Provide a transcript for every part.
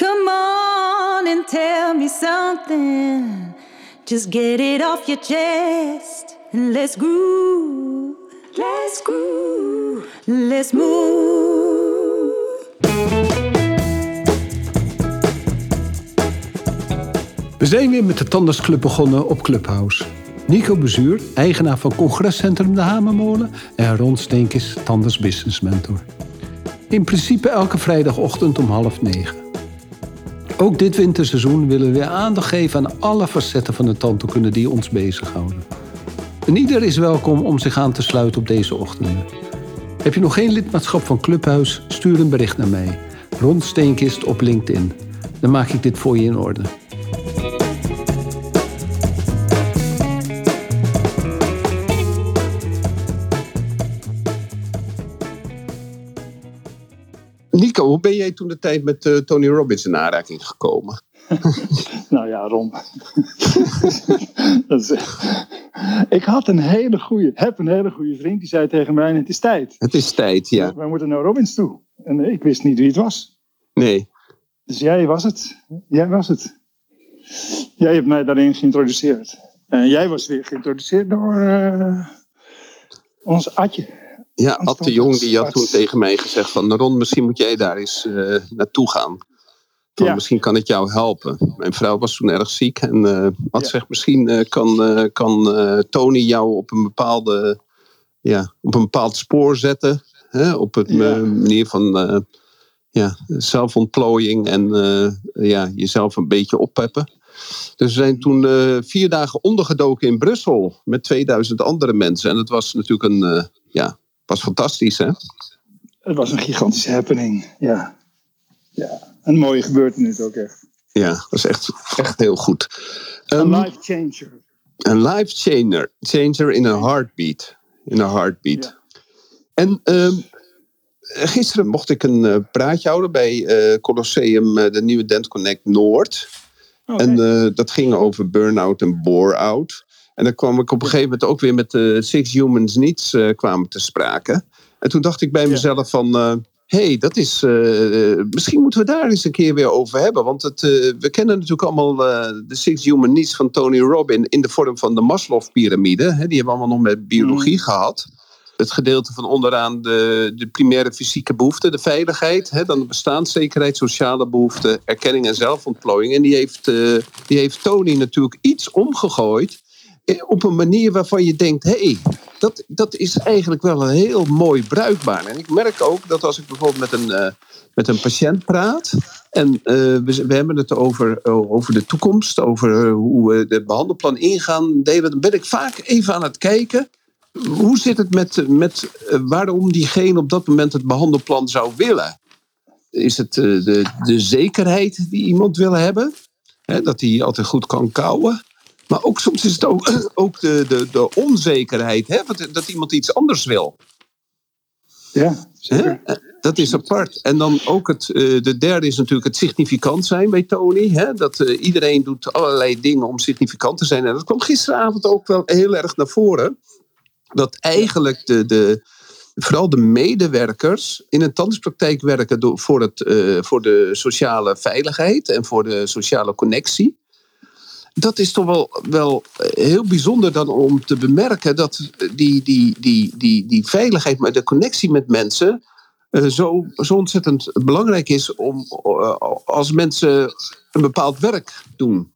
Come on and tell me something. Just get it off your chest and let's groove. Let's groove. Let's move. We zijn weer met de Tandartsclub begonnen op Clubhouse. Nico Bezuur, eigenaar van Congrescentrum De Hamermolen, en Ron Steenkis, Tandarts Business Mentor. In principe elke vrijdagochtend om 8:30. Ook dit winterseizoen willen we weer aandacht geven aan alle facetten van de tandheelkunde die ons bezighouden. En ieder is welkom om zich aan te sluiten op deze ochtenden. Heb je nog geen lidmaatschap van Clubhouse? Stuur een bericht naar mij. Ron Steenkist op LinkedIn. Dan maak ik dit voor je in orde. Nico, hoe ben jij toen de tijd met Tony Robbins in aanraking gekomen? Nou ja, Ron. Ik heb een hele goede vriend die zei tegen mij: het is tijd. Het is tijd, ja. Wij moeten naar Robbins toe. En ik wist niet wie het was. Nee. Dus jij was het. Jij hebt mij daarin geïntroduceerd. En jij was weer geïntroduceerd door ons Adje. Ja, Ad de Jong die had toen tegen mij gezegd van... Ron, misschien moet jij daar eens naartoe gaan. Misschien kan het jou helpen. Mijn vrouw was toen erg ziek. En Ad zegt, misschien kan Tony jou op een bepaald spoor zetten. Hè? Op een manier van zelfontplooiing. En jezelf een beetje oppeppen. Dus we zijn toen 4 dagen ondergedoken in Brussel. Met 2000 andere mensen. En het was natuurlijk was fantastisch, hè? Het was een gigantische happening, ja. Een mooie gebeurtenis ook echt. Ja, dat was echt heel goed. Een life changer. Een life changer in een heartbeat. Ja. En gisteren mocht ik een praatje houden bij Colosseum, de nieuwe Dent Connect Noord. Okay. En dat ging over burn-out en bore-out. En dan kwam ik op een gegeven moment ook weer met de Six Humans Needs kwamen te sprake. En toen dacht ik bij mezelf van... dat is... misschien moeten we daar eens een keer weer over hebben. Want we kennen natuurlijk allemaal de Six Human Needs van Tony Robbins... in de vorm van de Maslow-pyramide. Die hebben we allemaal nog met biologie gehad. Het gedeelte van onderaan de primaire fysieke behoeften, de veiligheid. Dan de bestaanszekerheid, sociale behoeften, erkenning en zelfontplooiing. En die heeft Tony natuurlijk iets omgegooid... op een manier waarvan je denkt... dat is eigenlijk wel een heel mooi bruikbaar. En ik merk ook dat als ik bijvoorbeeld met een patiënt praat... en we hebben het over de toekomst... over hoe we de behandelplan ingaan delen... dan ben ik vaak even aan het kijken... hoe zit het met waarom diegene op dat moment het behandelplan zou willen? Is het de zekerheid die iemand wil hebben? Dat hij altijd goed kan kouwen? Maar ook soms is het ook de onzekerheid, dat iemand iets anders wil. Ja, zeker. Dat is apart. En dan ook de derde is natuurlijk het significant zijn bij Tony. Dat iedereen doet allerlei dingen om significant te zijn. En dat kwam gisteravond ook wel heel erg naar voren. Dat eigenlijk vooral de medewerkers in een tandartspraktijk werken voor de sociale veiligheid en voor de sociale connectie. Dat is toch wel heel bijzonder dan om te bemerken dat die veiligheid, maar de connectie met mensen zo ontzettend belangrijk is om als mensen een bepaald werk doen.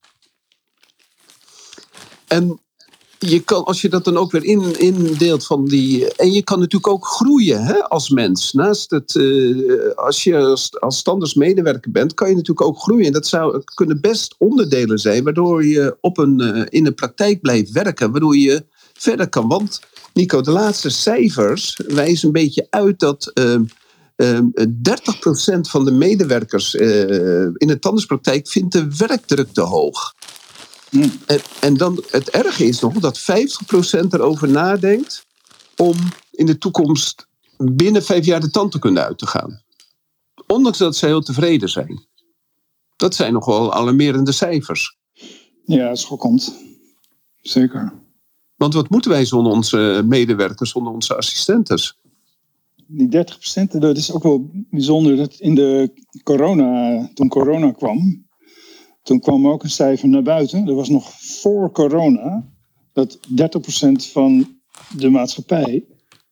En je kan, als je dat dan ook weer indeelt van die... En je kan natuurlijk ook groeien als mens. Naast het... als je als standaardsmedewerker bent, kan je natuurlijk ook groeien. En dat kunnen best onderdelen zijn... waardoor je in een praktijk blijft werken. Waardoor je verder kan. Want, Nico, de laatste cijfers wijzen een beetje uit dat... 30% van de medewerkers in de tandartspraktijk vindt de werkdruk te hoog. En dan het erge is nog dat 50% erover nadenkt om in de toekomst binnen 5 jaar de tandheelkunde uit te gaan. Ondanks dat ze heel tevreden zijn. Dat zijn nog wel alarmerende cijfers. Ja, schokkend. Zeker. Want wat moeten wij zonder onze medewerkers, zonder onze assistentes? die 30%, dat is ook wel bijzonder. Dat toen corona kwam, toen kwam ook een cijfer naar buiten. Dat was nog voor corona, dat 30% van de maatschappij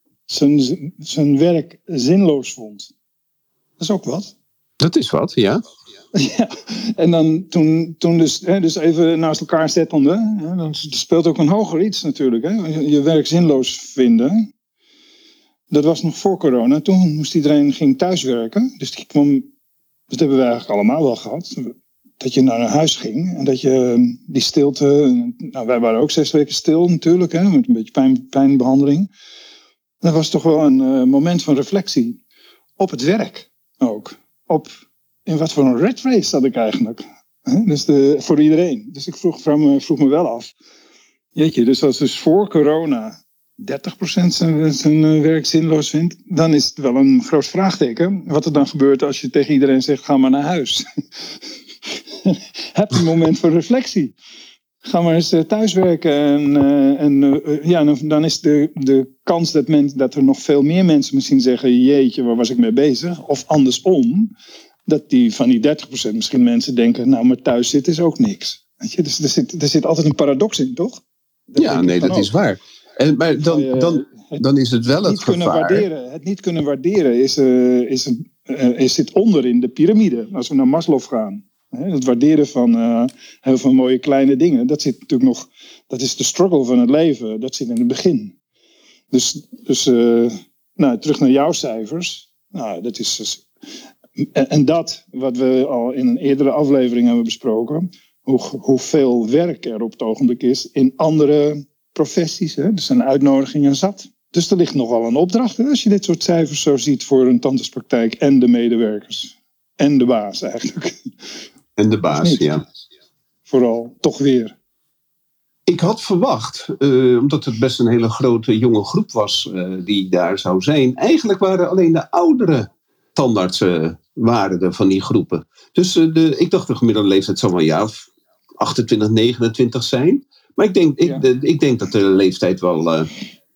zijn werk zinloos vond. Dat is ook wat. Dat is wat, ja. Ja, en dan toen dus even naast elkaar zettende, dan speelt ook een hoger iets natuurlijk. Hè? Je werk zinloos vinden. Dat was nog voor corona. Toen moest ging thuiswerken. Dus dat hebben we eigenlijk allemaal wel gehad. Dat je naar een huis ging en dat je die stilte. Nou, wij waren ook 6 weken stil natuurlijk, hè, met een beetje pijnbehandeling. Dat was toch wel een moment van reflectie. Op het werk ook. In wat voor een rat race zat ik eigenlijk. Dus voor iedereen. Dus ik vroeg me wel af. Jeetje, dus als dus voor corona 30% zijn werk zinloos vindt, dan is het wel een groot vraagteken. Wat er dan gebeurt als je tegen iedereen zegt, ga maar naar huis. Heb een moment van reflectie. Ga maar eens thuiswerken. En dan is de kans dat er nog veel meer mensen misschien zeggen, jeetje, waar was ik mee bezig? Of andersom, dat van die 30% misschien mensen denken, nou, maar thuis zitten is ook niks. Weet je? Dus er zit altijd een paradox in, toch? Dat is waar. Maar dan is het wel het gevaar. Het niet kunnen waarderen zit onder in de piramide. Als we naar Maslow gaan. Het waarderen van heel veel mooie kleine dingen. Dat zit natuurlijk nog. Dat is de struggle van het leven. Dat zit in het begin. Dus terug naar jouw cijfers. Nou, dat is dus, en dat wat we al in een eerdere aflevering hebben besproken. Hoeveel werk er op het ogenblik is in andere professies. Hè? Er zijn uitnodigingen zat. Dus er ligt nogal een opdracht. Hè? Als je dit soort cijfers zo ziet voor een tandartspraktijk en de medewerkers. En de baas eigenlijk. En de baas, ja. Vooral, toch weer. Ik had verwacht, omdat het best een hele grote jonge groep was die daar zou zijn. Eigenlijk waren alleen de oudere tandartsen waren van die groepen. Dus ik dacht de gemiddelde leeftijd zou wel 28, 29 zijn. Maar ik denk dat de leeftijd wel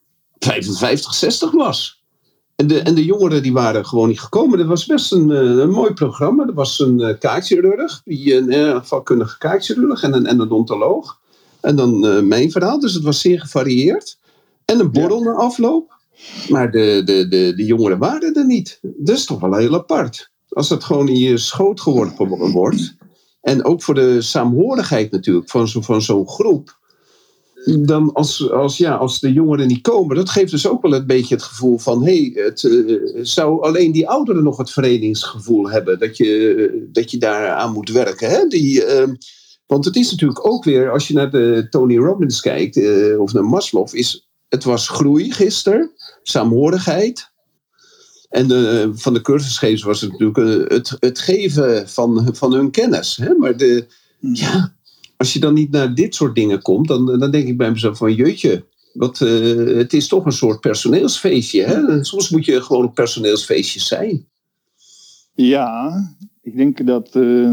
55, 60 was. En de jongeren die waren gewoon niet gekomen. Dat was best een mooi programma. Er was een kaakchirurg, een vakkundige kaakchirurg en een endodontoloog. En dan mijn verhaal, dus het was zeer gevarieerd. En een borrel na afloop. Maar de jongeren waren er niet. Dat is toch wel heel apart. Als dat gewoon in je schoot geworpen wordt. En ook voor de saamhorigheid natuurlijk van zo'n groep. Dan als de jongeren niet komen, dat geeft dus ook wel een beetje het gevoel van, zou alleen die ouderen nog het verenigingsgevoel hebben, dat je daar aan moet werken. Hè? Want het is natuurlijk ook weer, als je naar de Tony Robbins kijkt, of naar Maslow, het was groei gisteren, saamhorigheid. En van de cursusgevers was het natuurlijk het geven van hun kennis. Hè? Maar als je dan niet naar dit soort dingen komt, dan denk ik bij mezelf van jeetje, het is toch een soort personeelsfeestje. Hè? Soms moet je gewoon op personeelsfeestjes zijn. Ja, ik denk dat...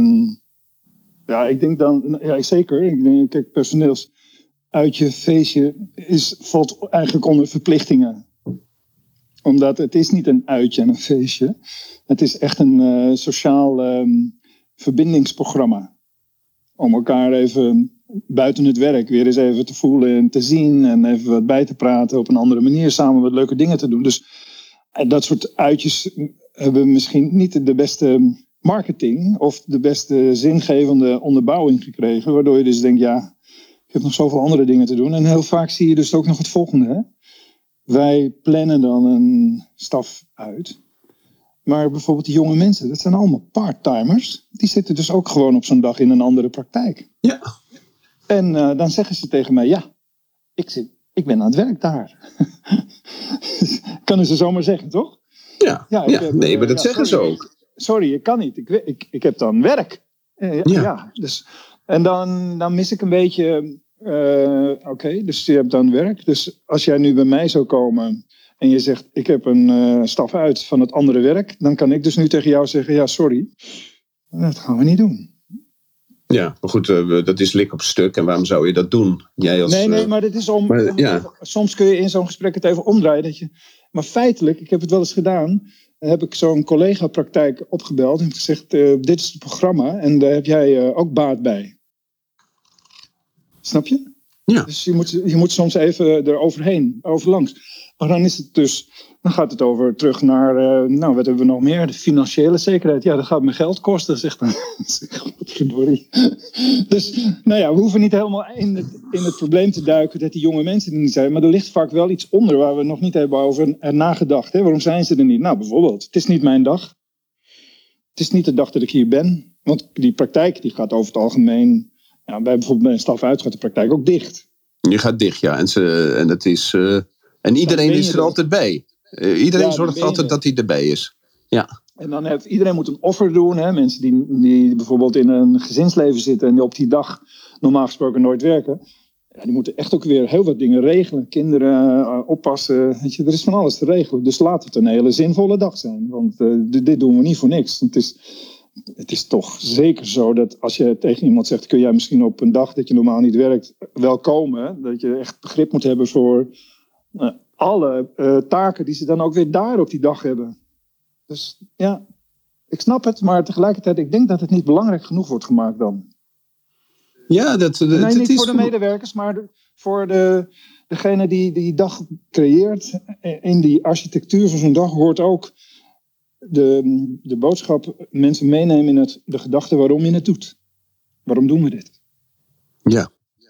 zeker. Ik denk, kijk, personeelsuitje, feestje valt eigenlijk onder verplichtingen. Omdat het is niet een uitje en een feestje. Het is echt een sociaal verbindingsprogramma. Om elkaar even buiten het werk weer eens even te voelen en te zien. En even wat bij te praten op een andere manier. Samen wat leuke dingen te doen. Dus dat soort uitjes hebben misschien niet de beste marketing. Of de beste zingevende onderbouwing gekregen. Waardoor je dus denkt, ik heb nog zoveel andere dingen te doen. En heel vaak zie je dus ook nog het volgende. Hè? Wij plannen dan een staf uit. Maar bijvoorbeeld die jonge mensen, dat zijn allemaal part-timers. Die zitten dus ook gewoon op zo'n dag in een andere praktijk. Ja. En dan zeggen ze tegen mij, ik ben aan het werk daar. Kunnen ze zomaar zeggen, toch? Ja, maar dat zeggen ze ook. Sorry, ik kan niet. Ik heb dan werk. Dus, en dan mis ik een beetje... dus je hebt dan werk. Dus als jij nu bij mij zou komen... en je zegt, ik heb een staf uit van het andere werk... dan kan ik dus nu tegen jou zeggen, sorry. Dat gaan we niet doen. Ja, maar goed, dat is lik op stuk. En waarom zou je dat doen? Jij als, nee, maar dit is soms kun je in zo'n gesprek het even omdraaien. Dat je, Maar feitelijk, ik heb het wel eens gedaan. Dan heb ik zo'n collega-praktijk opgebeld en gezegd, dit is het programma en daar heb jij ook baat bij. Snap je? Ja. Dus je moet soms even overlangs. Maar dan is het dus, dan gaat het terug naar, wat hebben we nog meer? De financiële zekerheid. Ja, dat gaat me geld kosten, zegt dan. Godverdorie. Dus, we hoeven niet helemaal in het probleem te duiken dat die jonge mensen er niet zijn. Maar er ligt vaak wel iets onder waar we nog niet hebben over nagedacht. Hè? Waarom zijn ze er niet? Nou, bijvoorbeeld, het is niet mijn dag. Het is niet de dag dat ik hier ben. Want die praktijk die gaat over het algemeen, bijvoorbeeld bij een staf uit gaat de praktijk ook dicht. Je gaat dicht, ja. En het is... En iedereen is er altijd bij. Iedereen zorgt altijd dat hij erbij is. Ja. En dan iedereen moet een offer doen. Hè? Mensen die bijvoorbeeld in een gezinsleven zitten en die op die dag normaal gesproken nooit werken. Ja, die moeten echt ook weer heel wat dingen regelen. Kinderen oppassen. Weet je, er is van alles te regelen. Dus laat het een hele zinvolle dag zijn. Want dit doen we niet voor niks. Het is toch zeker zo dat als je tegen iemand zegt, kun jij misschien op een dag dat je normaal niet werkt wel komen. Dat je echt begrip moet hebben voor alle taken die ze dan ook weer daar op die dag hebben. Dus ja, ik snap het, maar tegelijkertijd, ik denk dat het niet belangrijk genoeg wordt gemaakt dan. Ja, niet voor de medewerkers, maar voor degene die dag creëert. In die architectuur van zo'n dag hoort ook de boodschap mensen meenemen in de gedachte waarom je het doet. Waarom doen we dit? Ja.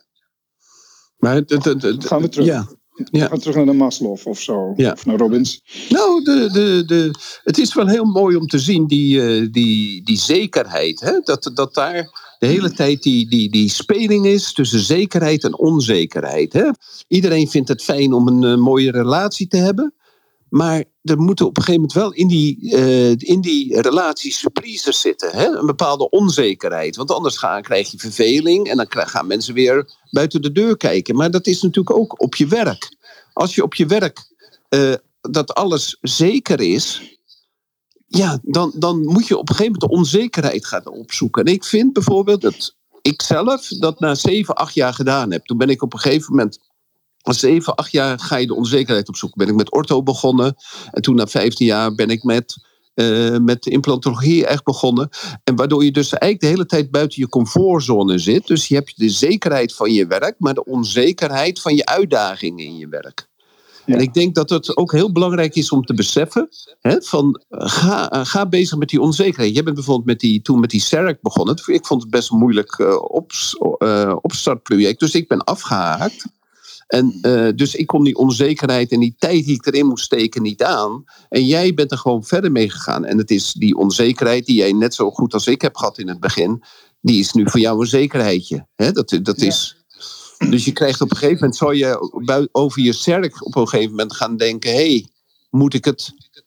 Maar gaan we terug. Ja. We gaan terug naar de Maslow of zo. Ja. Of naar Robbins. Nou, het is wel heel mooi om te zien, die zekerheid. Hè? Dat daar de hele tijd die speling is tussen zekerheid en onzekerheid. Hè? Iedereen vindt het fijn om een mooie relatie te hebben. Maar er moeten op een gegeven moment wel in die relatie surprises zitten. Hè? Een bepaalde onzekerheid. Want anders krijg je verveling. En dan gaan mensen weer buiten de deur kijken. Maar dat is natuurlijk ook op je werk. Als je op je werk dat alles zeker is. Ja, dan moet je op een gegeven moment de onzekerheid gaan opzoeken. En ik vind bijvoorbeeld dat ik zelf dat na 7, 8 jaar gedaan heb. Toen ben ik op een gegeven moment... Als 7, 8 jaar ga je de onzekerheid opzoeken. Ben ik met ortho begonnen. En toen na 15 jaar ben ik met implantologie echt begonnen. En waardoor je dus eigenlijk de hele tijd buiten je comfortzone zit. Dus je hebt de zekerheid van je werk, maar de onzekerheid van je uitdagingen in je werk. Ja. En ik denk dat het ook heel belangrijk is om te beseffen. Hè, ga bezig met die onzekerheid. Jij bent bijvoorbeeld toen met die CERC begonnen. Ik vond het best een moeilijk opstartproject. Dus ik ben afgehaakt. En dus ik kon die onzekerheid en die tijd die ik erin moest steken niet aan. En jij bent er gewoon verder mee gegaan. En het is die onzekerheid die jij net zo goed als ik heb gehad in het begin. Die is nu voor jou een zekerheidje. Hè? Dat is... Dus je krijgt op een gegeven moment, zou je over je CERC op een gegeven moment gaan denken, moet ik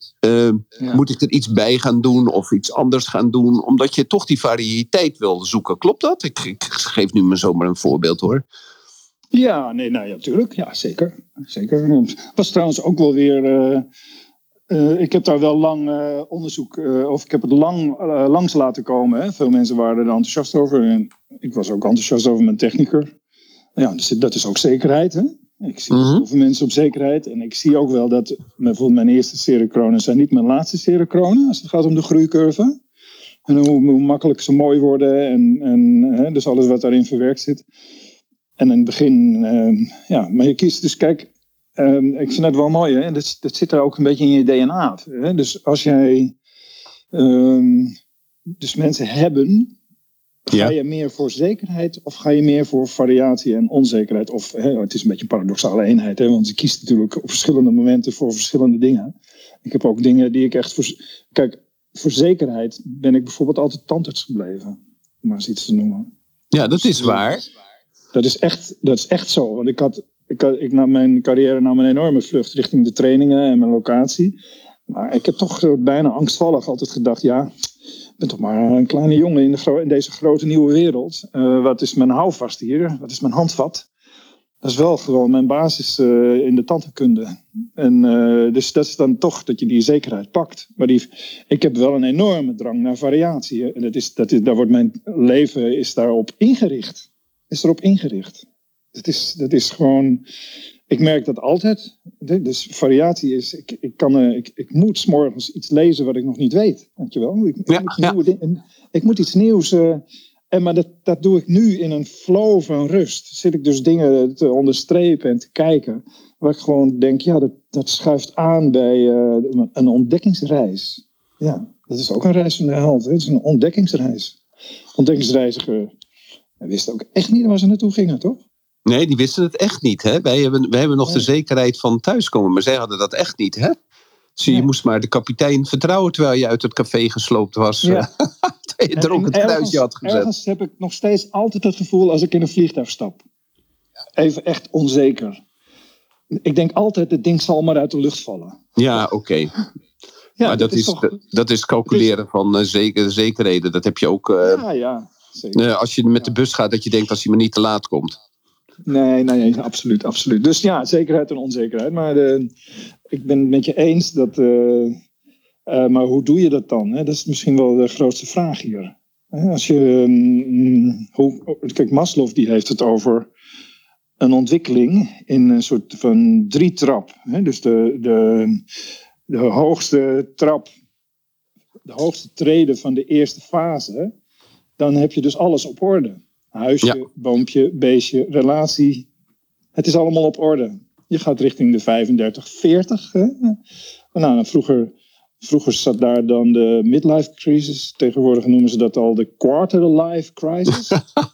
er iets bij gaan doen of iets anders gaan doen? Omdat je toch die variëteit wil zoeken. Klopt dat? Ik geef nu maar zomaar een voorbeeld hoor. Ja, natuurlijk. Ja, zeker. Het was trouwens ook wel weer... ik heb daar wel lang onderzoek... of ik heb het langs laten komen. Hè. Veel mensen waren er enthousiast over. En ik was ook enthousiast over mijn technicur. Ja, dus dat is ook zekerheid. Hè. Ik zie heel veel mensen op zekerheid. En ik zie ook wel dat bijvoorbeeld mijn eerste cerecronen zijn niet mijn laatste cerecronen. Als het gaat om de groeicurve. En hoe makkelijk ze mooi worden. En dus alles wat daarin verwerkt zit. En in het begin, maar je kiest dus, kijk, ik vind het wel mooi, hè? Dat zit er ook een beetje in je DNA. Hè? Dus als jij dus mensen hebben, ga je meer voor zekerheid of ga je meer voor variatie en onzekerheid? Of het is een beetje een paradoxale eenheid, hè? Want je kiest natuurlijk op verschillende momenten voor verschillende dingen. Ik heb ook dingen die ik echt voor zekerheid ben ik bijvoorbeeld altijd tandarts gebleven, om maar eens iets te noemen. Ja, dat is waar. Dat is echt zo. Want ik na mijn carrière nam een enorme vlucht richting de trainingen en mijn locatie. Maar ik heb toch bijna angstvallig altijd gedacht, ik ben toch maar een kleine jongen in deze grote nieuwe wereld. Wat is mijn houvast hier? Wat is mijn handvat? Dat is wel gewoon mijn basis in de tandheelkunde. En dus dat is dan toch dat je die zekerheid pakt. Maar ik heb wel een enorme drang naar variatie. En daar wordt mijn leven daarop ingericht. Is erop ingericht. Dat is gewoon... ik merk dat altijd. Dus variatie is, ik moet 's morgens iets lezen wat ik nog niet weet. Weet je wel? Ik moet iets nieuws. Maar dat doe ik nu in een flow van rust. Zit ik dus dingen te onderstrepen en te kijken. Waar ik gewoon denk, dat schuift aan bij een ontdekkingsreis. Ja, dat is ook een reis van de held. Het is een ontdekkingsreis. Ontdekkingsreiziger wisten ook echt niet waar ze naartoe gingen, toch? Nee, die wisten het echt niet. Hè? Wij hebben nog de zekerheid van thuiskomen. Maar zij hadden dat echt niet. Hè? Dus je moest maar de kapitein vertrouwen terwijl je uit het café gesloopt was. Ja. Terwijl je er ook het kruisje had gezet. Ergens heb ik nog steeds altijd het gevoel als ik in een vliegtuig stap. Even echt onzeker. Ik denk altijd, het ding zal maar uit de lucht vallen. Ja, oké. Ja, maar dat is calculeren van zekerheden. Dat heb je ook... zeker. Als je met de bus gaat, dat je denkt als hij maar niet te laat komt. Nee, absoluut. Dus ja, zekerheid en onzekerheid. Maar ik ben het met je eens dat... maar hoe doe je dat dan? Hè? Dat is misschien wel de grootste vraag hier. Als je... kijk, Maslow die heeft het over een ontwikkeling in een soort van 3-trap. Hè? Dus de hoogste trap, de hoogste trede van de eerste fase, dan heb je dus alles op orde. Huisje, boompje, beestje, relatie. Het is allemaal op orde. Je gaat richting de 35, 40. Hè? Nou, vroeger zat daar dan de midlife crisis. Tegenwoordig noemen ze dat al de quarter life crisis.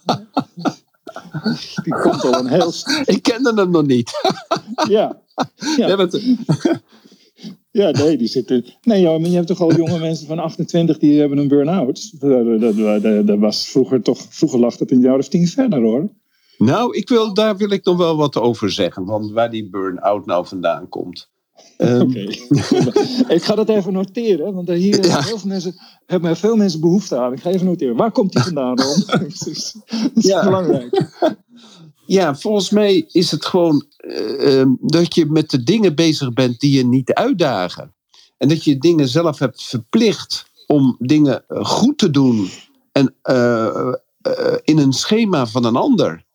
Die komt al een heel... Ik kende hem nog niet. Ja. Ja, nee, die zitten... Nee, joh, maar je hebt toch al jonge mensen van 28 die hebben een burn-out. Dat was vroeger lag dat een jaar of 10 verder, hoor. Nou, daar wil ik nog wel wat over zeggen. Want waar die burn-out nou vandaan komt. Oké. Ik ga dat even noteren. Want hier hebben veel mensen behoefte aan. Ik ga even noteren. Waar komt die vandaan, Ron? Dat is belangrijk. Ja, volgens mij is het gewoon dat je met de dingen bezig bent die je niet uitdagen. En dat je dingen zelf hebt verplicht om dingen goed te doen. En in een schema van een ander.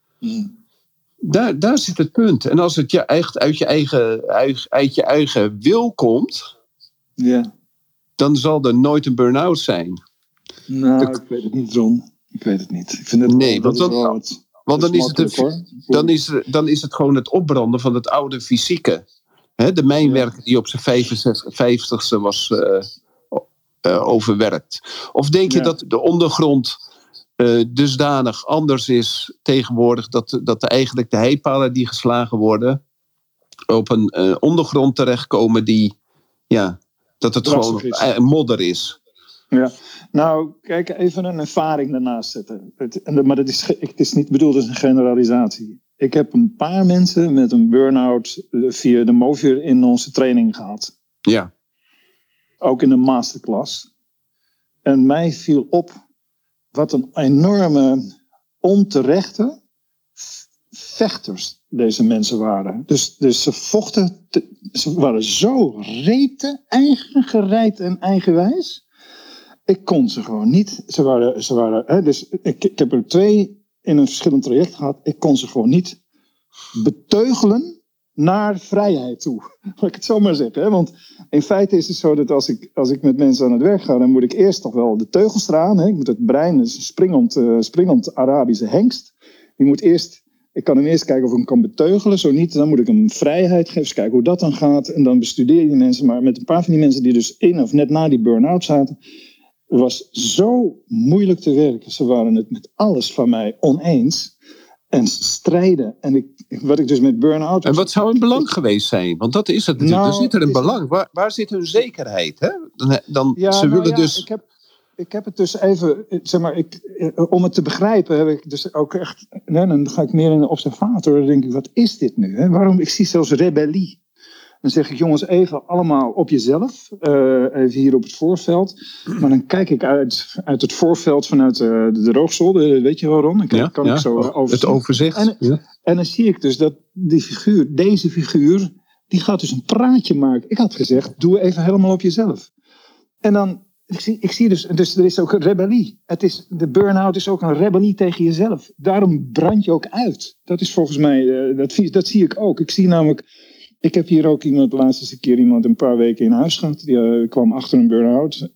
Daar zit het punt. En als het je echt uit je eigen wil komt, dan zal er nooit een burn-out zijn. Nou, ik weet het niet, Ron. Ik weet het niet. Ik vind het want dan is het gewoon het opbranden van het oude fysieke. Hè, de mijnwerker die op zijn 50ste was overwerkt. Of denk je dat de ondergrond dusdanig anders is tegenwoordig dat eigenlijk de heipalen die geslagen worden op een ondergrond terechtkomen dat het gewoon modder is. Ja, nou kijk, even een ervaring daarnaast zetten. Maar het is niet bedoeld als een generalisatie. Ik heb een paar mensen met een burn-out via de Movier in onze training gehad. Ja. Ook in de masterclass. En mij viel op wat een enorme onterechte vechters deze mensen waren. Dus ze vochten, ze waren zo rete, gereid en eigenwijs. Ik kon ze gewoon niet. Ze waren dus ik heb er 2 in een verschillend traject gehad. Ik kon ze gewoon niet beteugelen naar vrijheid toe. Laat ik het zo maar zeggen. Hè? Want in feite is het zo dat als ik met mensen aan het werk ga, dan moet ik eerst toch wel de teugels eraan. Hè? Ik moet het brein, dus een springend Arabische hengst. Ik kan hem eerst kijken of ik hem kan beteugelen. Zo niet, dan moet ik hem vrijheid geven. Dus kijken hoe dat dan gaat. En dan bestudeer je die mensen. Maar met een paar van die mensen die dus in of net na die burn-out zaten, het was zo moeilijk te werken. Ze waren het met alles van mij oneens. En strijden. En wat ik dus met burn-out... En wat zou een belang geweest zijn? Want dat is het natuurlijk. Er zit er een belang. Waar zit hun zekerheid? Hè? Ik heb het dus even... Zeg maar, om het te begrijpen heb ik dus ook echt... Dan ga ik meer in de observator. Dan denk ik, wat is dit nu? Hè? Waarom? Ik zie zelfs rebellie. Dan zeg ik, jongens, even allemaal op jezelf. Even hier op het voorveld. Maar dan kijk ik uit het voorveld vanuit de roogzolder. Weet je wel, Ron? Ik zo het overzicht. En dan zie ik dus dat deze figuur, die gaat dus een praatje maken. Ik had gezegd, doe even helemaal op jezelf. En dan ik zie dus er is ook een rebellie. De burn-out is ook een rebellie tegen jezelf. Daarom brand je ook uit. Dat is volgens mij, dat zie ik ook. Ik zie namelijk, ik heb hier ook iemand, de laatste keer iemand een paar weken in huis gehad. Die kwam achter een burn-out.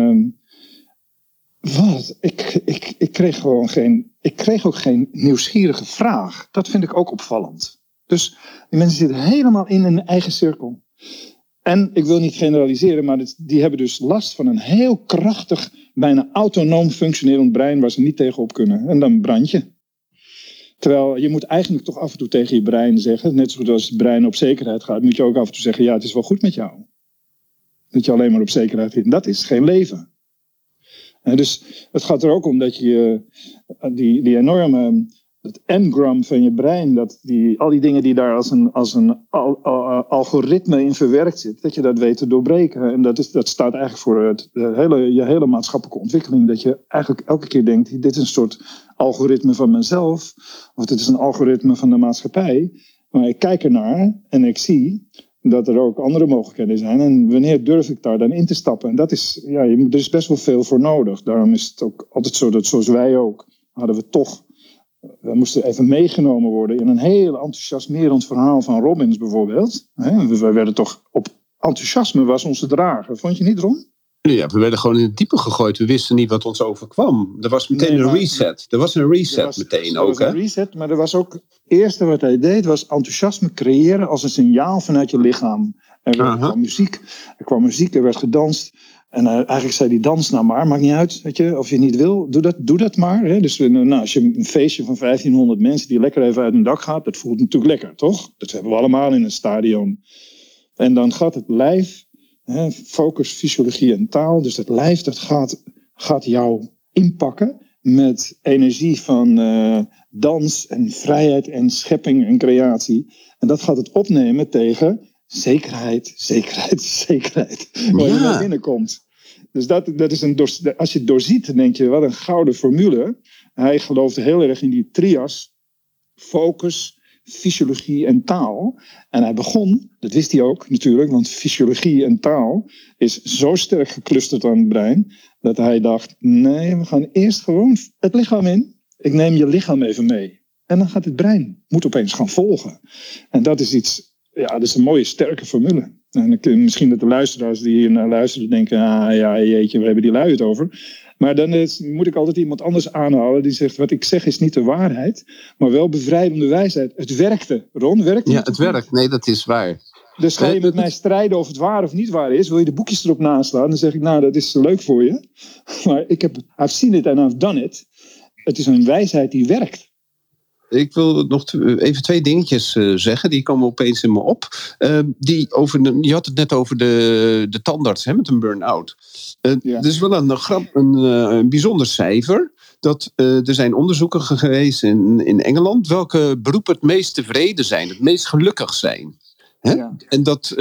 Ik kreeg ook geen nieuwsgierige vraag. Dat vind ik ook opvallend. Dus die mensen zitten helemaal in een eigen cirkel. En ik wil niet generaliseren, maar die hebben dus last van een heel krachtig, bijna autonoom functionerend brein waar ze niet tegenop kunnen. En dan brand je. Terwijl je moet eigenlijk toch af en toe tegen je brein zeggen, net zoals het brein op zekerheid gaat, moet je ook af en toe zeggen, ja, het is wel goed met jou. Dat je alleen maar op zekerheid zit. Dat is geen leven. En dus het gaat er ook om dat je die enorme, het engram van je brein, al die dingen die daar als een algoritme in verwerkt zit, dat je dat weet te doorbreken. En dat staat eigenlijk voor je hele maatschappelijke ontwikkeling. Dat je eigenlijk elke keer denkt, dit is een soort algoritme van mezelf, of dit is een algoritme van de maatschappij. Maar ik kijk ernaar en ik zie dat er ook andere mogelijkheden zijn. En wanneer durf ik daar dan in te stappen? En dat is, er is best wel veel voor nodig. Daarom is het ook altijd zo dat, zoals wij ook, we moesten even meegenomen worden in een heel enthousiasmerend verhaal van Robbins bijvoorbeeld. Wij werden toch enthousiasme was onze drager. Vond je niet, Ron? Ja, we werden gewoon in het diepe gegooid. We wisten niet wat ons overkwam. Er was meteen een reset. Er was een reset meteen ook. Er was een reset, maar er was ook... Het eerste wat hij deed was enthousiasme creëren als een signaal vanuit je lichaam. Er kwam muziek, er werd gedanst. En eigenlijk zei hij, dans nou maar, maakt niet uit. Weet je, of je niet wil, doe dat maar. Hè? Dus als je een feestje van 1500 mensen die lekker even uit hun dak gaat, dat voelt natuurlijk lekker, toch? Dat hebben we allemaal in een stadion. En dan gaat het lijf, focus, fysiologie en taal. Dus dat lijf dat gaat jou inpakken met energie van dans en vrijheid en schepping en creatie. En dat gaat het opnemen tegen zekerheid. Waar je naar binnenkomt. Dus dat is als je het doorziet, dan denk je, wat een gouden formule. Hij geloofde heel erg in die trias. Focus, fysiologie en taal. En hij begon, dat wist hij ook natuurlijk, want fysiologie en taal is zo sterk geclusterd aan het brein, dat hij dacht, nee, we gaan eerst gewoon het lichaam in. Ik neem je lichaam even mee. En dan gaat het brein, moet opeens gaan volgen. En dat is iets, dat is een mooie sterke formule. En misschien dat de luisteraars die hier naar luisteren denken, jeetje, we hebben die lui het over. Maar dan moet ik altijd iemand anders aanhalen die zegt, wat ik zeg is niet de waarheid, maar wel bevrijdende wijsheid. Het werkte. Ron, werkt het? Ja, het werkt. Nee, dat is waar. Dus ga je met mij strijden of het waar of niet waar is, wil je de boekjes erop naslaan, dan zeg ik, dat is leuk voor je. Maar I've seen it and I've done it. Het is een wijsheid die werkt. Ik wil nog even 2 dingetjes zeggen. Die komen opeens in me op. Je had het net over de tandarts met een burn-out. Er is wel een bijzonder cijfer. Er zijn onderzoeken geweest in Engeland. Welke beroepen het meest tevreden zijn. Het meest gelukkig zijn. Ja. En dat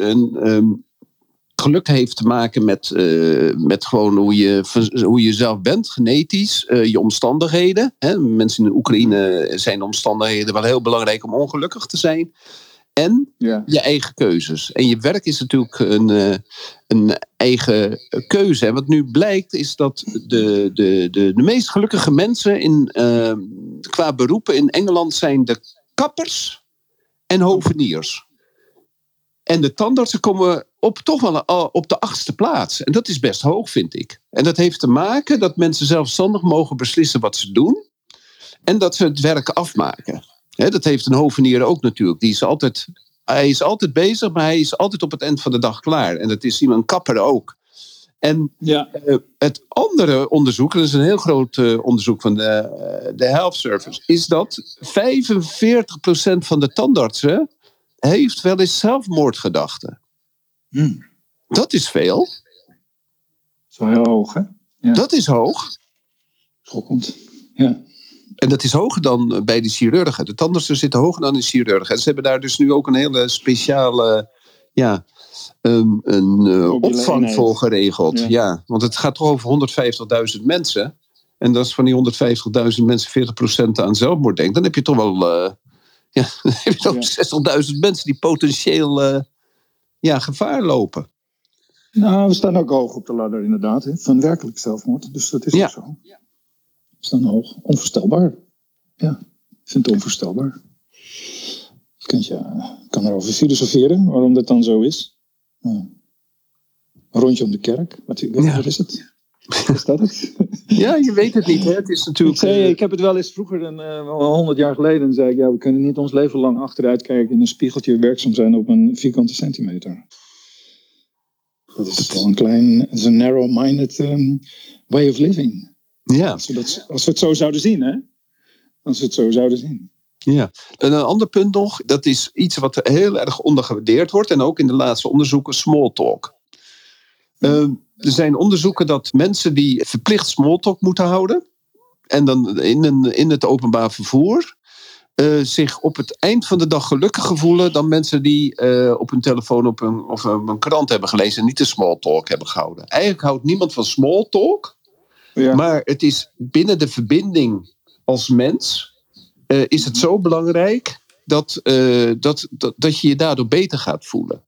geluk heeft te maken met gewoon hoe je zelf bent, genetisch, je omstandigheden. Mensen in de Oekraïne zijn de omstandigheden wel heel belangrijk om ongelukkig te zijn. En je eigen keuzes. En je werk is natuurlijk een eigen keuze. En wat nu blijkt is dat de meest gelukkige mensen qua beroepen in Engeland zijn de kappers en hoveniers. En de tandartsen komen toch wel op de 8e plaats. En dat is best hoog, vind ik. En dat heeft te maken dat mensen zelfstandig mogen beslissen wat ze doen. En dat ze het werk afmaken. Dat heeft een hovenier ook natuurlijk. Hij is altijd bezig, maar hij is altijd op het eind van de dag klaar. En dat is een kapper ook. En het andere onderzoek, dat is een heel groot onderzoek van de Health Service, is dat 45% van de tandartsen heeft wel eens zelfmoordgedachten. Dat is veel. Dat is wel heel hoog, hè? Ja. Dat is hoog. Schokkend, ja. En dat is hoger dan bij de chirurgen. De tandartsen zitten hoger dan de chirurgen. En ze hebben daar dus nu ook een hele speciale opvang voor geregeld. Ja, want het gaat toch over 150.000 mensen. En dat is van die 150.000 mensen 40% aan zelfmoord denkt. Dan heb je toch wel... dan heb je toch 60.000 mensen die potentieel gevaar lopen. Nou, we staan ook hoog op de ladder inderdaad. Hè, van werkelijk zelfmoord. Dus dat is ook zo. We staan hoog. Onvoorstelbaar. Ja, ik vind het onvoorstelbaar. Je kan erover filosoferen waarom dat dan zo is. Een rondje om de kerk. Wat is het? Is dat het? Ja, je weet het niet. Hè? Het is natuurlijk... Ik heb het wel eens vroeger, 100 jaar geleden, zei ik, we kunnen niet ons leven lang achteruit kijken in een spiegeltje werkzaam zijn op een vierkante centimeter. Dat is wel een narrow-minded way of living. Ja. Als we het zo zouden zien, hè? Als we het zo zouden zien. Ja, en een ander punt nog, dat is iets wat heel erg ondergewaardeerd wordt en ook in de laatste onderzoeken, small talk. Er zijn onderzoeken dat mensen die verplicht small talk moeten houden en dan in het openbaar vervoer zich op het eind van de dag gelukkiger voelen dan mensen die op hun telefoon of een krant hebben gelezen en niet de small talk hebben gehouden. Eigenlijk houdt niemand van small talk, maar het is binnen de verbinding als mens is het zo belangrijk dat je je daardoor beter gaat voelen.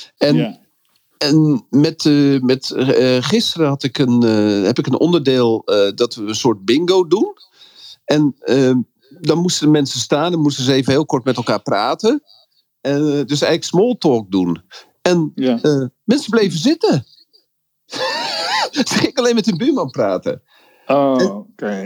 En met gisteren heb ik een onderdeel dat we een soort bingo doen. En dan moesten de mensen staan en moesten ze even heel kort met elkaar praten. Dus eigenlijk small talk doen. En mensen bleven zitten. Ze gingen alleen met hun buurman praten. Oké.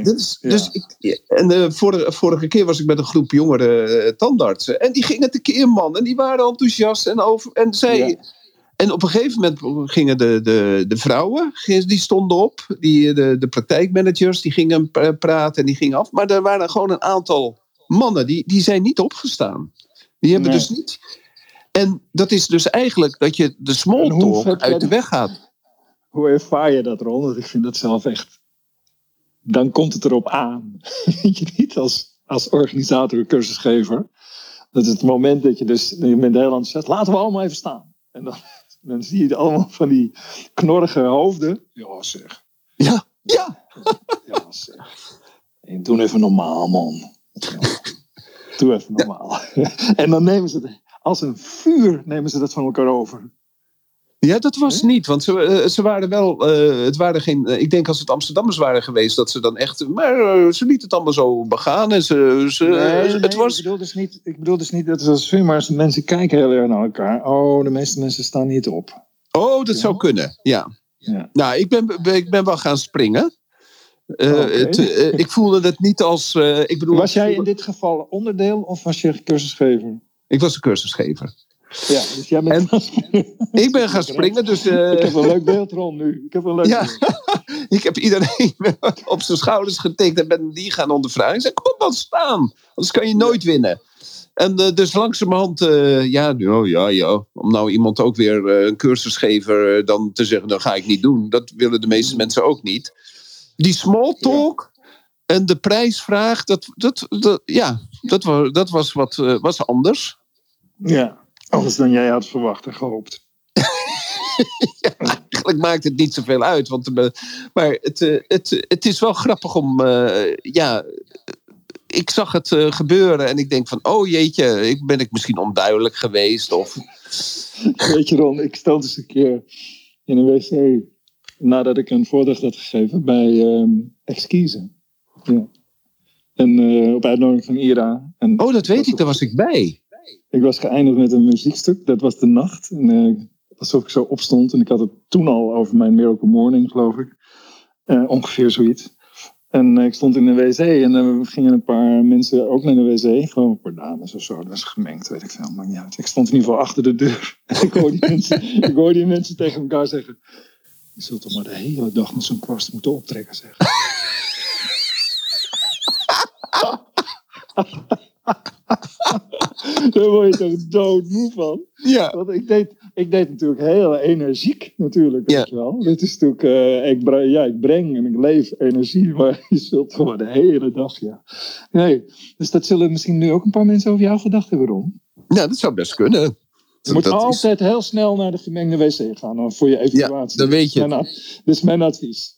Vorige keer was ik met een groep jongere tandartsen. En die gingen tekeer, man. En die waren enthousiast. En op een gegeven moment gingen de vrouwen, die stonden op. De praktijkmanagers, die gingen praten en die gingen af. Maar er waren gewoon een aantal mannen, die zijn niet opgestaan. Die hebben dus niet... En dat is dus eigenlijk dat je de small talk uit de weg gaat. Hoe ervaar je dat, Ron? Want ik vind dat zelf echt... Dan komt het erop aan. Je niet als organisator, cursusgever. Dat is het moment dat je dus... Je bent heel enthousiast. Laten we allemaal even staan. En dan zie je allemaal van die knorrige hoofden. Ja, zeg. Ja. Ja, zeg. En doe even normaal, man. Doe even normaal. En dan nemen ze het... Als een vuur nemen ze dat van elkaar over. Ja, dat was niet, want ze waren wel, het waren geen, ik denk als het Amsterdammers waren geweest, dat ze dan echt, maar ze lieten het allemaal zo begaan en het was... Ik bedoel dus niet dat het als vuur, maar mensen kijken heel erg naar elkaar. Oh, de meeste mensen staan niet op. Oh, dat zou kunnen, ja. Nou, ik ben wel gaan springen. Ik voelde het niet als, Was jij in dit geval onderdeel of was je cursusgever? Ik was een cursusgever. Ja, dus jij bent ik ben gaan springen, dus... Ik heb een leuk beeld, Ron, nu. Ik heb iedereen op zijn schouders getikt en ben die gaan ondervragen. Ik zei, kom dan staan, anders kan je nooit winnen. En dus langzamerhand, om nou iemand ook weer een cursusgever dan te zeggen, dat ga ik niet doen. Dat willen de meeste mensen ook niet. Die small talk en de prijsvraag, dat was anders. Ja. Anders dan jij had verwacht en gehoopt. Eigenlijk maakt het niet zoveel uit. Maar het is wel grappig om... ik zag het gebeuren en ik denk van... Oh jeetje, ben ik misschien onduidelijk geweest? Of... Weet je Ron, ik stond eens een keer in een wc... nadat ik een voordracht had gegeven bij Exquise. Ja. En op uitnodiging van Ira. En dat weet ik, daar was ik bij. Ik was geëindigd met een muziekstuk, dat was De Nacht. En, alsof ik zo opstond. En ik had het toen al over mijn Miracle Morning, geloof ik. Ongeveer zoiets. En ik stond in de wc en er gingen een paar mensen ook naar de wc. Gewoon een paar dames of zo. Dat was gemengd, weet ik veel. Maar ja, ik stond in ieder geval achter de deur. En ik hoor die mensen tegen elkaar zeggen... Je zult toch maar de hele dag met zo'n kwast moeten optrekken, zeg. Daar word je toch doodmoe van. Ja. Want ik deed natuurlijk heel energiek, natuurlijk. Weet je wel. Dit is natuurlijk, ik breng en ik leef energie, maar je zult toch maar de hele dag, Nee, dus dat zullen misschien nu ook een paar mensen over jou gedacht hebben, Ron. Ja, dat zou best kunnen. Je moet altijd heel snel naar de gemengde wc gaan voor je evaluatie. Ja, dan weet je. Dat is mijn advies.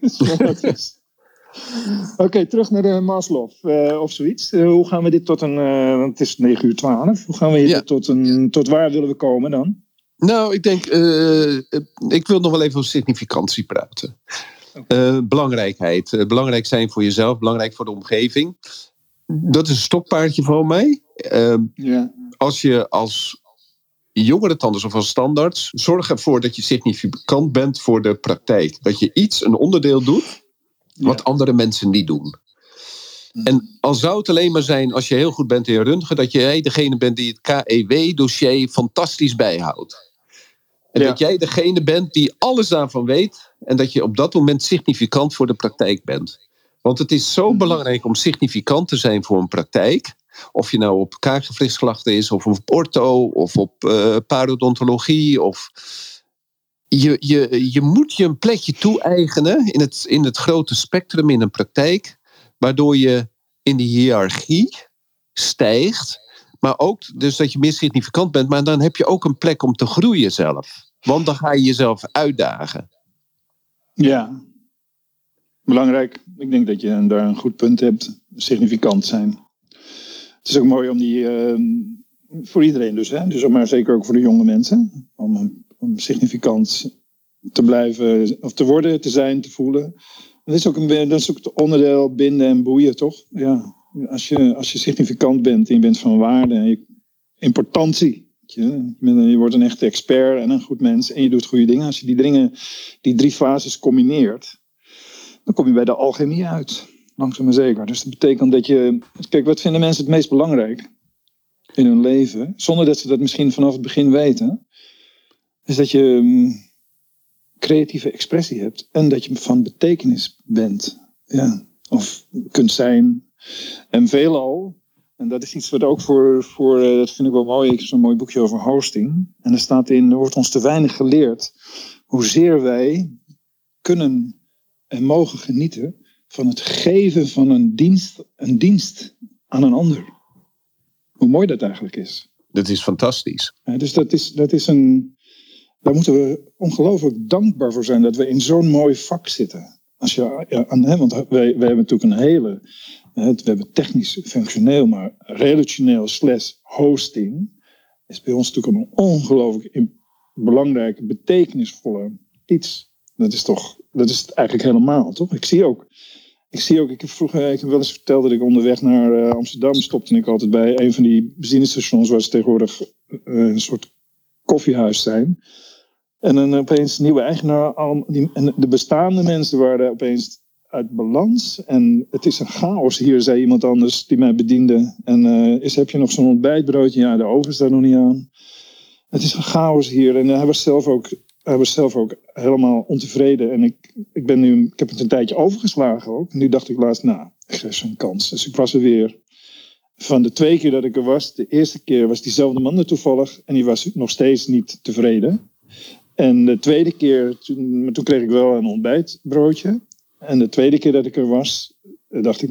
Oké, terug naar de Maslow of zoiets. Hoe gaan we dit tot het is 9:12. Hoe gaan we hier tot waar willen we komen dan? Nou, ik denk, ik wil nog wel even over significantie praten. Belangrijkheid. Belangrijk zijn voor jezelf, belangrijk voor de omgeving. Dat is een stokpaardje van mij. Als je als jongere tandarts of als standaards, zorg ervoor dat je significant bent voor de praktijk. Dat je een onderdeel doet, wat andere mensen niet doen. En al zou het alleen maar zijn, als je heel goed bent in röntgen, dat jij degene bent die het KEW-dossier fantastisch bijhoudt. En dat jij degene bent die alles daarvan weet. En dat je op dat moment significant voor de praktijk bent. Want het is zo belangrijk om significant te zijn voor een praktijk. Of je nou op kaakgewrichtsklachten is, of op ortho, of op parodontologie. Of je moet je een plekje toe-eigenen in het grote spectrum in een praktijk. Waardoor je in de hiërarchie stijgt. Maar ook dus dat je meer significant bent. Maar dan heb je ook een plek om te groeien zelf. Want dan ga je jezelf uitdagen. Ja, belangrijk. Ik denk dat je daar een goed punt hebt. Significant zijn. Het is ook mooi om die... voor iedereen dus. Hè? Dus maar zeker ook voor de jonge mensen. Om significant te blijven... Of te worden, te zijn, te voelen. Dat is ook het onderdeel binden en boeien, toch? Ja. Als je significant bent en je bent van waarde en importantie. Je wordt een echte expert en een goed mens en je doet goede dingen. Als je die 3 fases combineert, dan kom je bij de alchemie uit. Langzaam maar zeker. Dus dat betekent dat je... Kijk, wat vinden mensen het meest belangrijk in hun leven? Zonder dat ze dat misschien vanaf het begin weten. Is dat je creatieve expressie hebt en dat je van betekenis bent. Ja. Of kunt zijn. En veelal, en dat is iets wat ook voor dat vind ik wel mooi, ik heb zo'n mooi boekje over hosting. En er staat in, er wordt ons te weinig geleerd hoezeer wij kunnen en mogen genieten van het geven van een dienst aan een ander. Hoe mooi dat eigenlijk is. Dat is fantastisch. Ja, dus daar moeten we ongelooflijk dankbaar voor zijn dat we in zo'n mooi vak zitten. Want wij hebben natuurlijk een hele... We hebben technisch functioneel, maar relationeel / hosting is bij ons natuurlijk een ongelooflijk belangrijk, betekenisvolle iets. Dat is het eigenlijk helemaal, toch? Ik heb wel eens verteld dat ik onderweg naar Amsterdam stopte en ik altijd bij een van die benzinestations waar ze tegenwoordig een soort koffiehuis zijn. En dan opeens nieuwe eigenaar. En de bestaande mensen waren opeens uit balans. En het is een chaos hier, zei iemand anders die mij bediende. En heb je nog zo'n ontbijtbroodje? Ja, de oven staat nog niet aan. Het is een chaos hier. En hij was zelf ook helemaal ontevreden. En ik heb het een tijdje overgeslagen ook. Nu dacht ik laatst, ik geef ze een kans. Dus ik was er weer. Van de 2 keer dat ik er was, de eerste keer was diezelfde man er toevallig. En die was nog steeds niet tevreden. En de tweede keer, toen kreeg ik wel een ontbijtbroodje. En de tweede keer dat ik er was, dacht ik,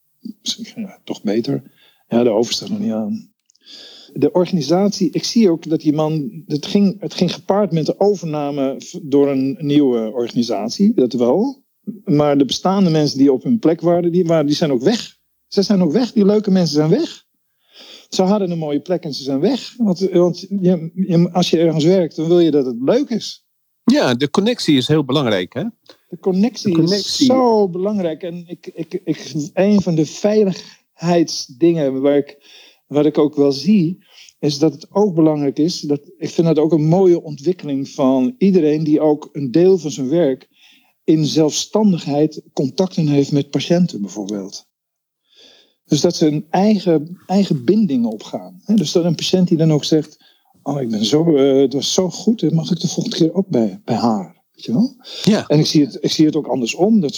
toch beter. Ja, de oven staat nog niet aan. De organisatie, ik zie ook dat die man... Het ging gepaard met de overname door een nieuwe organisatie, dat wel. Maar de bestaande mensen die op hun plek waren, die zijn ook weg. Ze zijn ook weg, die leuke mensen zijn weg. Ze hadden een mooie plek en ze zijn weg. Want als je ergens werkt, dan wil je dat het leuk is. Ja, de connectie is heel belangrijk, hè? De connectie is zo belangrijk. En een van de veiligheidsdingen wat ik ook wel zie, is dat het ook belangrijk is. Ik vind dat ook een mooie ontwikkeling van iedereen die ook een deel van zijn werk in zelfstandigheid contacten heeft met patiënten bijvoorbeeld. Dus dat ze een eigen bindingen opgaan. Dus dat een patiënt die dan ook zegt, het was zo goed, mag ik de volgende keer ook bij haar. Weet je wel? Ja. En ik zie het ook andersom. Dat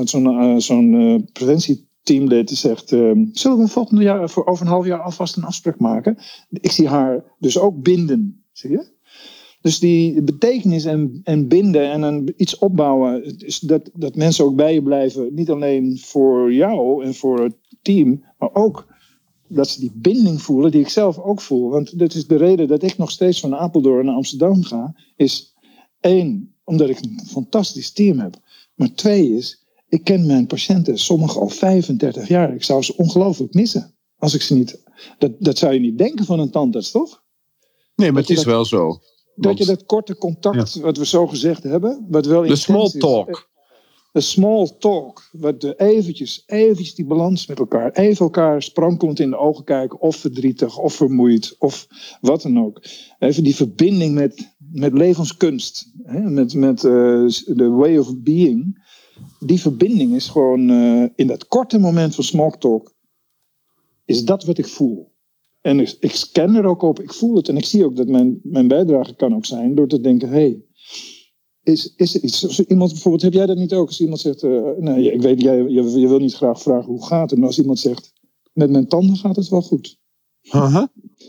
zo'n preventieteamlid zegt, zullen we volgende jaar voor over een half jaar alvast een afspraak maken? Ik zie haar dus ook binden, zie je? Dus die betekenis en binden en dan iets opbouwen, is dat mensen ook bij je blijven. Niet alleen voor jou en voor het team, maar ook dat ze die binding voelen die ik zelf ook voel. Want dat is de reden dat ik nog steeds van Apeldoorn naar Amsterdam ga. Is 1, omdat ik een fantastisch team heb. Maar 2 is, ik ken mijn patiënten, sommigen al 35 jaar. Ik zou ze ongelooflijk missen. Als ik ze niet... Dat zou je niet denken van een tandarts, toch? Nee, maar het is wel zo. dat je dat korte contact, wat we zo gezegd hebben, wat wel de small talk. De small talk, wat eventjes die balans met elkaar, even elkaar sprankelend in de ogen kijken, of verdrietig, of vermoeid, of wat dan ook. Even die verbinding met levenskunst, met the way of being. Die verbinding is gewoon in dat korte moment van small talk, is dat wat ik voel. En ik scan er ook op, ik voel het en ik zie ook dat mijn bijdrage kan ook zijn door te denken, hey, is er iets, als iemand bijvoorbeeld, heb jij dat niet ook? Als iemand zegt, nee, ik weet, je wil niet graag vragen hoe gaat het, maar als iemand zegt, met mijn tanden gaat het wel goed. Uh-huh.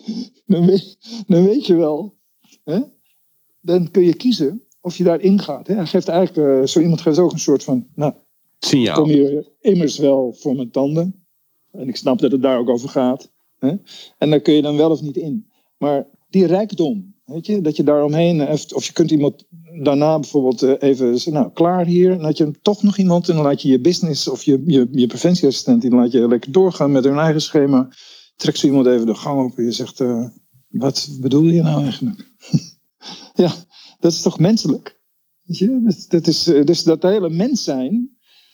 Dan weet je wel, hè? Dan kun je kiezen of je daarin gaat. Hè? Hij geeft eigenlijk, zo iemand geeft ook een soort van, nou, signaal. Ik kom hier immers wel voor mijn tanden. En ik snap dat het daar ook over gaat. Hè? En daar kun je dan wel of niet in. Maar die rijkdom, weet je, dat je daaromheen, of je kunt iemand daarna bijvoorbeeld even zeggen, nou, klaar hier. En dat je toch nog iemand, en dan laat je je business of je preventieassistent, die laat je lekker doorgaan met hun eigen schema. Trek zo iemand even de gang op en je zegt, wat bedoel je nou eigenlijk? Ja, dat is toch menselijk? Weet je? Dus dat hele mens zijn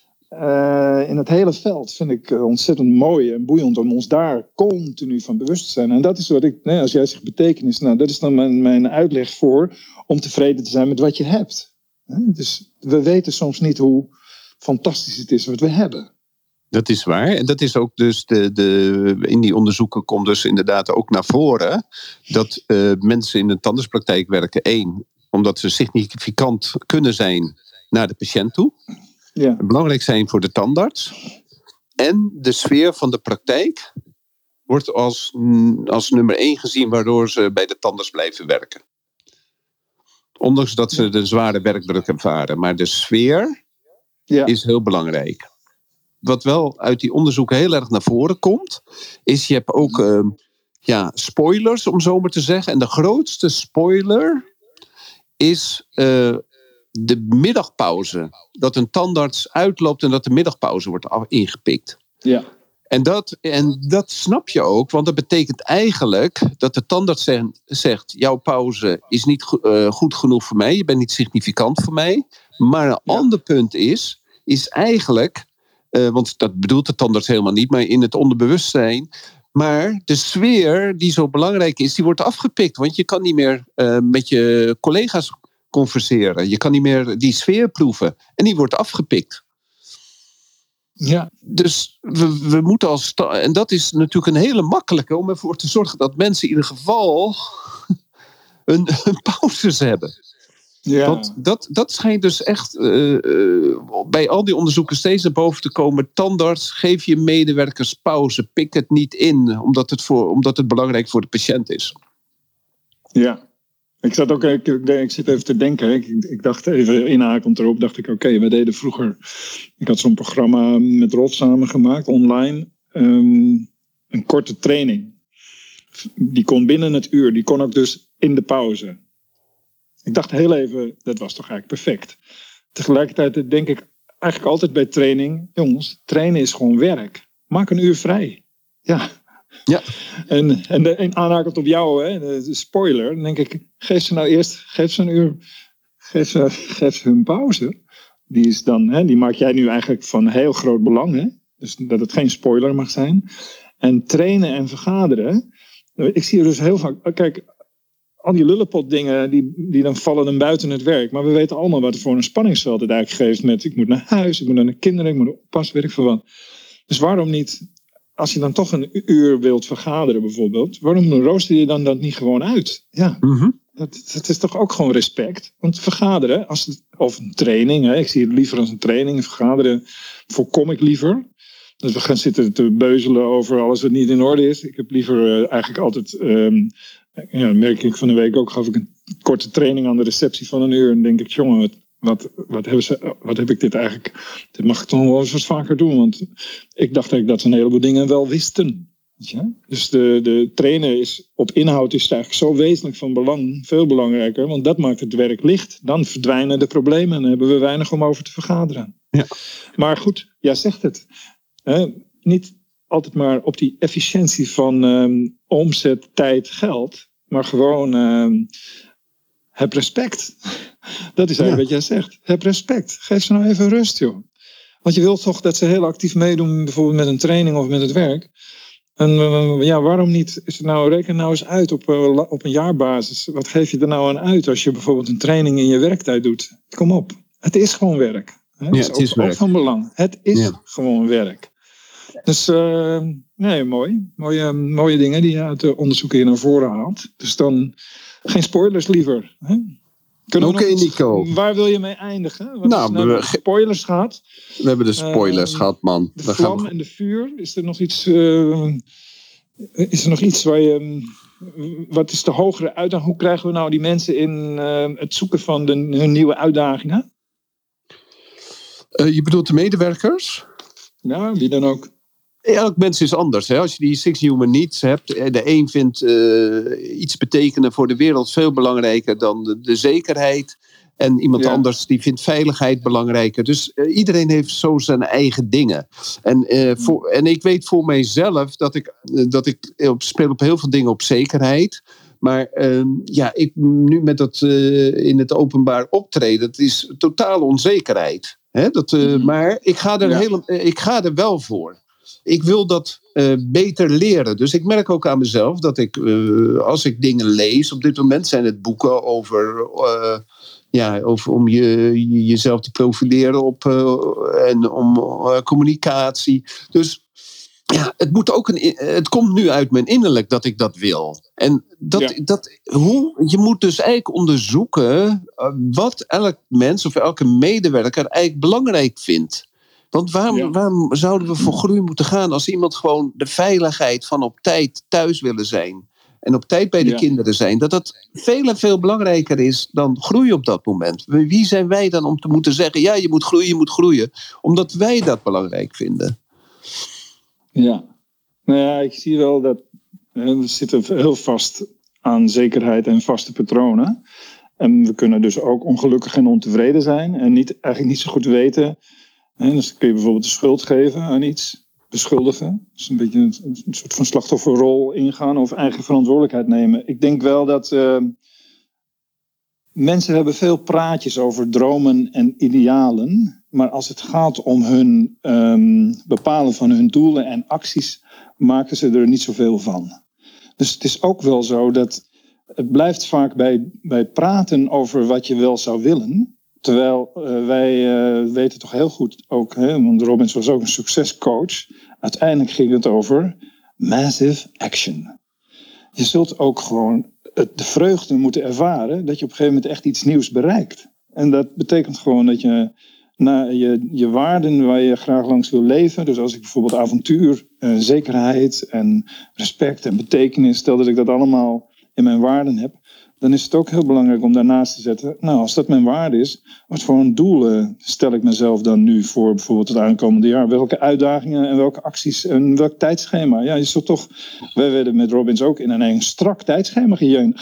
in het hele veld vind ik ontzettend mooi en boeiend om ons daar continu van bewust te zijn. En dat is wat ik, als jij zegt betekenis, nou, dat is dan mijn uitleg voor om tevreden te zijn met wat je hebt. Dus we weten soms niet hoe fantastisch het is wat we hebben. Dat is waar. En dat is ook dus in die onderzoeken komt dus inderdaad ook naar voren dat mensen in de tandartspraktijk werken. 1, omdat ze significant kunnen zijn naar de patiënt toe. Ja. Belangrijk zijn voor de tandarts. En de sfeer van de praktijk wordt als nummer 1 gezien, waardoor ze bij de tandarts blijven werken. Ondanks dat ze de zware werkdruk ervaren. Maar de sfeer is heel belangrijk. Wat wel uit die onderzoeken heel erg naar voren komt, is je hebt ook spoilers, om zo maar te zeggen. En de grootste spoiler is de middagpauze. Dat een tandarts uitloopt en dat de middagpauze wordt ingepikt. Ja. En dat snap je ook, want dat betekent eigenlijk dat de tandarts zegt, jouw pauze is niet goed genoeg voor mij, je bent niet significant voor mij. Maar een ander punt is eigenlijk, want dat bedoelt de tandarts helemaal niet, maar in het onderbewustzijn. Maar de sfeer die zo belangrijk is, die wordt afgepikt. Want je kan niet meer met je collega's converseren. Je kan niet meer die sfeer proeven. En die wordt afgepikt. Ja. Dus we moeten en dat is natuurlijk een hele makkelijke om ervoor te zorgen dat mensen in ieder geval een pauzes hebben. Ja. Want dat schijnt dus echt bij al die onderzoeken steeds naar boven te komen. Tandarts, geef je medewerkers pauze. Pik het niet in, omdat het belangrijk voor de patiënt is. Ja. Ik zit even te denken. Ik dacht even inhakend erop. Dacht ik, oké, we deden vroeger. Ik had zo'n programma met Rolf samengemaakt, online. Een korte training. Die kon binnen het uur. Die kon ook dus in de pauze. Ik dacht heel even, dat was toch eigenlijk perfect. Tegelijkertijd denk ik eigenlijk altijd bij training, jongens, trainen is gewoon werk. Maak een uur vrij. Ja. En aanhakend op jou, de spoiler, dan denk ik, geef ze een uur, geef ze hun pauze. Die is dan, die maak jij nu eigenlijk van heel groot belang, hè? Dus dat het geen spoiler mag zijn. En trainen en vergaderen, ik zie er dus heel vaak, kijk, al die lullenpot dingen, die dan vallen dan buiten het werk. Maar we weten allemaal wat er voor een spanningsveld het eigenlijk geeft met, ik moet naar huis, ik moet naar de kinderen, ik moet oppassen, weet ik veel wat. Dus waarom niet, als je dan toch een uur wilt vergaderen bijvoorbeeld, waarom rooster je dan dat niet gewoon uit? Ja, dat is toch ook gewoon respect. Want vergaderen, of een training, ik zie het liever als een training, vergaderen voorkom ik liever. Dus we gaan zitten te beuzelen over alles wat niet in orde is. Ik heb liever eigenlijk altijd, merk ik van de week ook, gaf ik een korte training aan de receptie van een uur. En denk ik, jongen, wat heb ik dit eigenlijk, dit mag ik toch wel eens wat vaker doen. Want ik dacht dat ze een heleboel dingen wel wisten. Ja? Dus de trainen op inhoud is eigenlijk zo wezenlijk van belang, veel belangrijker. Want dat maakt het werk licht. Dan verdwijnen de problemen en dan hebben we weinig om over te vergaderen. Ja. Maar goed, jij zegt het. Niet altijd maar op die efficiëntie van omzet, tijd, geld. Maar gewoon heb respect. Dat is eigenlijk wat jij zegt. Heb respect. Geef ze nou even rust, joh. Want je wilt toch dat ze heel actief meedoen, bijvoorbeeld met een training of met het werk. En waarom niet? Reken nou eens uit op een jaarbasis. Wat geef je er nou aan uit als je bijvoorbeeld een training in je werktijd doet? Kom op. Het is gewoon werk. Hè? Ja, het is werk. Ook van belang. Het is gewoon werk. Dus mooi. Mooie dingen die je uit de onderzoeken hier naar voren haalt. Dus dan geen spoilers liever. Hè? Oké, Nico. Waar wil je mee eindigen? Want als we spoilers gehad. We hebben de spoilers gehad, man. De vlam en de vuur. Is er nog iets... is er nog iets waar je... Wat is de hogere uitdaging? Hoe krijgen we nou die mensen in het zoeken van hun nieuwe uitdagingen? Je bedoelt de medewerkers? Ja, wie dan ook. Elk mens is anders. Hè? Als je die 6 human needs hebt, de een vindt iets betekenen voor de wereld veel belangrijker dan de zekerheid. En iemand anders die vindt veiligheid belangrijker. Dus iedereen heeft zo zijn eigen dingen. En ik weet voor mijzelf dat ik speel op heel veel dingen op zekerheid. Maar ik nu met dat in het openbaar optreden, het is totale onzekerheid. Hè? Maar ik ga er wel voor. Ik wil dat beter leren. Dus ik merk ook aan mezelf dat ik, als ik dingen lees, op dit moment zijn het boeken over om jezelf te profileren en om communicatie. Dus ja, het komt nu uit mijn innerlijk dat ik dat wil. En je moet dus eigenlijk onderzoeken wat elk mens of elke medewerker eigenlijk belangrijk vindt. Want waarom zouden we voor groei moeten gaan als iemand gewoon de veiligheid van op tijd thuis willen zijn en op tijd bij de kinderen zijn, dat veel en veel belangrijker is dan groei op dat moment. Wie zijn wij dan om te moeten zeggen, ja, je moet groeien, omdat wij dat belangrijk vinden? Ja, nou ja, ik zie wel dat we zitten heel vast aan zekerheid en vaste patronen. En we kunnen dus ook ongelukkig en ontevreden zijn en eigenlijk niet zo goed weten. Dus kun je bijvoorbeeld de schuld geven aan iets, beschuldigen. Dus een beetje een soort van slachtofferrol ingaan of eigen verantwoordelijkheid nemen. Ik denk wel dat mensen hebben veel praatjes over dromen en idealen. Maar als het gaat om hun bepalen van hun doelen en acties, maken ze er niet zoveel van. Dus het is ook wel zo dat het blijft vaak bij praten over wat je wel zou willen. Terwijl wij weten toch heel goed ook, want Robbins was ook een succescoach. Uiteindelijk ging het over massive action. Je zult ook gewoon de vreugde moeten ervaren dat je op een gegeven moment echt iets nieuws bereikt. En dat betekent gewoon dat je je waarden waar je graag langs wil leven. Dus als ik bijvoorbeeld avontuur, zekerheid en respect en betekenis, stel dat ik dat allemaal in mijn waarden heb, dan is het ook heel belangrijk om daarnaast te zetten. Nou, als dat mijn waarde is, wat voor een doel stel ik mezelf dan nu voor bijvoorbeeld het aankomende jaar? Welke uitdagingen en welke acties en welk tijdschema? Ja, je zult toch. Wij werden met Robbins ook in een strak tijdschema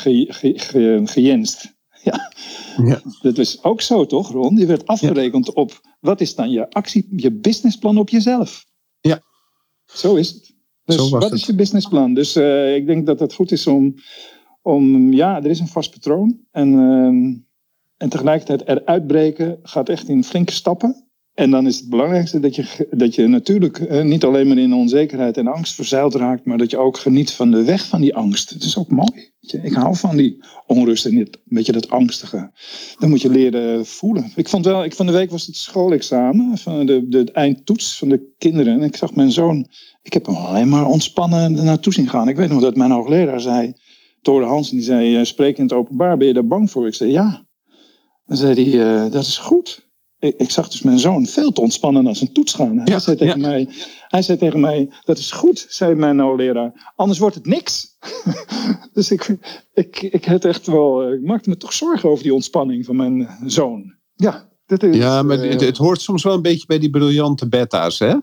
gejenst. Ja. Dat is ook zo, toch, Ron? Je werd afgerekend op wat is dan je actie, je businessplan op jezelf. Ja. Zo is het. Dus wat is je businessplan? Dus ik denk dat het goed is om er is een vast patroon. En tegelijkertijd eruit breken gaat echt in flinke stappen. En dan is het belangrijkste dat je natuurlijk niet alleen maar in onzekerheid en angst verzeild raakt, maar dat je ook geniet van de weg van die angst. Het is ook mooi. Ik hou van die onrust en een beetje dat angstige. Dan moet je leren voelen. Van de week was het schoolexamen, van de eindtoets van de kinderen. En ik zag mijn zoon, ik heb hem alleen maar ontspannen naartoe zien gaan. Ik weet nog dat mijn hoogleraar zei, Tore Hansen, die zei, spreek in het openbaar, ben je daar bang voor? Ik zei, ja. Dan zei hij, dat is goed. Ik zag dus mijn zoon veel te ontspannen naar zijn toets gaan. Hij zei tegen mij, dat is goed, zei mijn hoogleraar. Anders wordt het niks. Dus ik had echt wel, ik maakte me toch zorgen over die ontspanning van mijn zoon. Ja, dat is, maar het hoort soms wel een beetje bij die briljante beta's, hè?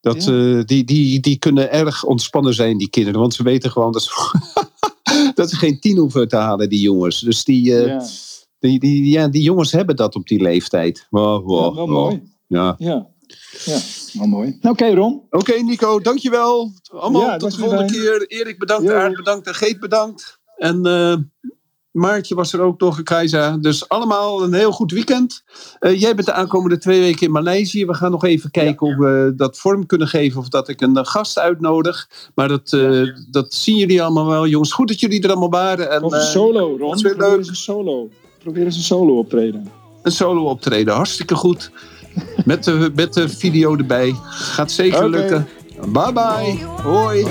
Die kunnen erg ontspannen zijn, die kinderen. Want ze weten gewoon dat ze geen 10 hoeven te halen, die jongens. Dus die jongens hebben dat op die leeftijd. Wow. Wel mooi. Ja, wel mooi. Oké, Ron. Oké, Nico, dankjewel. Allemaal tot de volgende keer. Erik bedankt, Aard bedankt en Geet bedankt. En Maartje was er ook nog, Kajsa. Dus allemaal een heel goed weekend. Jij bent de aankomende 2 weken in Maleisië. We gaan nog even kijken hoe we dat vorm kunnen geven. Of dat ik een gast uitnodig. Maar dat zien jullie allemaal wel. Jongens, goed dat jullie er allemaal waren. En, of een solo, Ron. Probeer eens een solo optreden. Een solo optreden, hartstikke goed. Met de video erbij. Gaat zeker lukken. Bye bye. Hoi.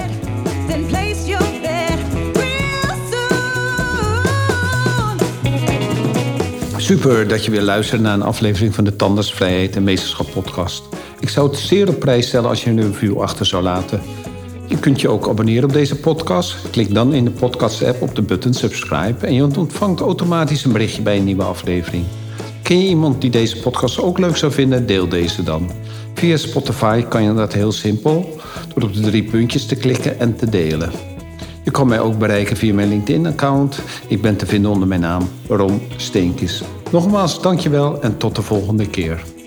Super dat je weer luistert naar een aflevering van de Tandartsvrijheid en Meesterschap podcast. Ik zou het zeer op prijs stellen als je een review achter zou laten. Je kunt je ook abonneren op deze podcast. Klik dan in de podcast-app op de button subscribe en je ontvangt automatisch een berichtje bij een nieuwe aflevering. Ken je iemand die deze podcast ook leuk zou vinden? Deel deze dan. Via Spotify kan je dat heel simpel door op de 3 puntjes te klikken en te delen. Je kan mij ook bereiken via mijn LinkedIn-account. Ik ben te vinden onder mijn naam Ron Steenkis. Nogmaals, dankjewel en tot de volgende keer.